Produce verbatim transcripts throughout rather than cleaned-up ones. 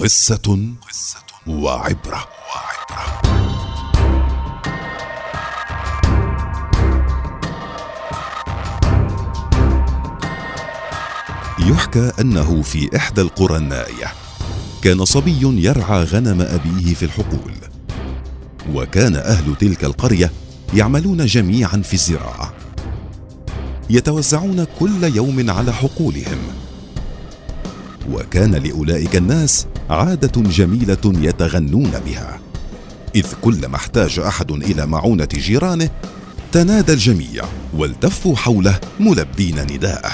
قصة وعبرة. يحكى أنه في إحدى القرى النائية كان صبي يرعى غنم أبيه في الحقول، وكان أهل تلك القرية يعملون جميعا في الزراعة، يتوزعون كل يوم على حقولهم. وكان لأولئك الناس عادة جميلة يتغنون بها، إذ كلما احتاج أحد إلى معونة جيرانه تنادى الجميع والتفوا حوله ملبين نداءه.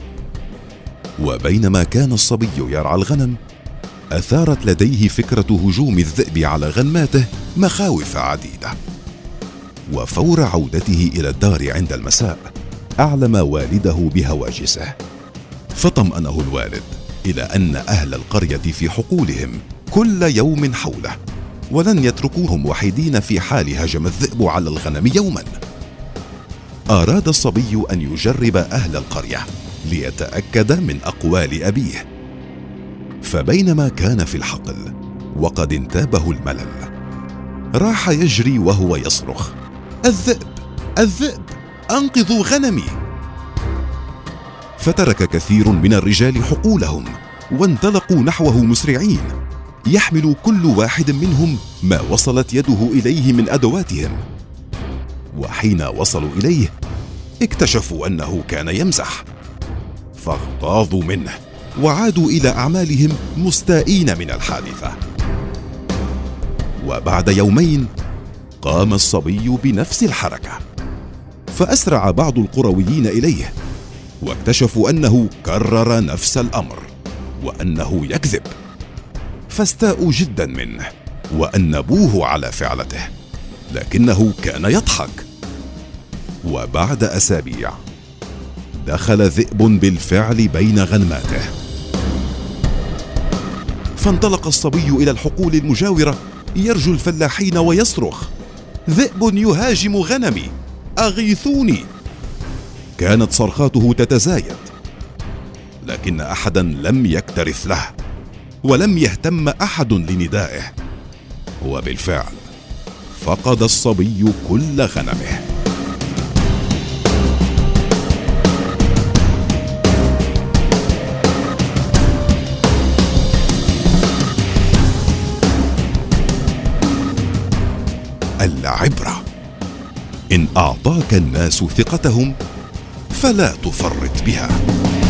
وبينما كان الصبي يرعى الغنم أثارت لديه فكرة هجوم الذئب على غنماته مخاوف عديدة. وفور عودته إلى الدار عند المساء أعلم والده بهواجسه، فطمأنه الوالد إلى أن أهل القرية في حقولهم كل يوم حوله، ولن يتركوهم وحيدين في حال هجم الذئب على الغنم يوما. أراد الصبي أن يجرب أهل القرية ليتأكد من أقوال أبيه. فبينما كان في الحقل وقد انتابه الملل راح يجري وهو يصرخ: الذئب الذئب أنقذوا غنمي! فترك كثير من الرجال حقولهم وانطلقوا نحوه مسرعين، يحمل كل واحد منهم ما وصلت يده إليه من أدواتهم. وحين وصلوا إليه اكتشفوا أنه كان يمزح، فاغتاظوا منه وعادوا إلى أعمالهم مستائين من الحادثة. وبعد يومين قام الصبي بنفس الحركة، فأسرع بعض القرويين إليه واكتشفوا أنه كرر نفس الأمر وأنه يكذب، فاستاءوا جدا منه وأنبوه على فعلته، لكنه كان يضحك. وبعد أسابيع دخل ذئب بالفعل بين غنماته، فانطلق الصبي إلى الحقول المجاورة يرجو الفلاحين ويصرخ: ذئب يهاجم غنمي، أغيثوني! كانت صرخاته تتزايد، لكن أحدا لم يكترث له ولم يهتم أحد لندائه. وبالفعل فقد الصبي كل غنمه. العبرة: إن أعطاك الناس ثقتهم فلا تفرط بها.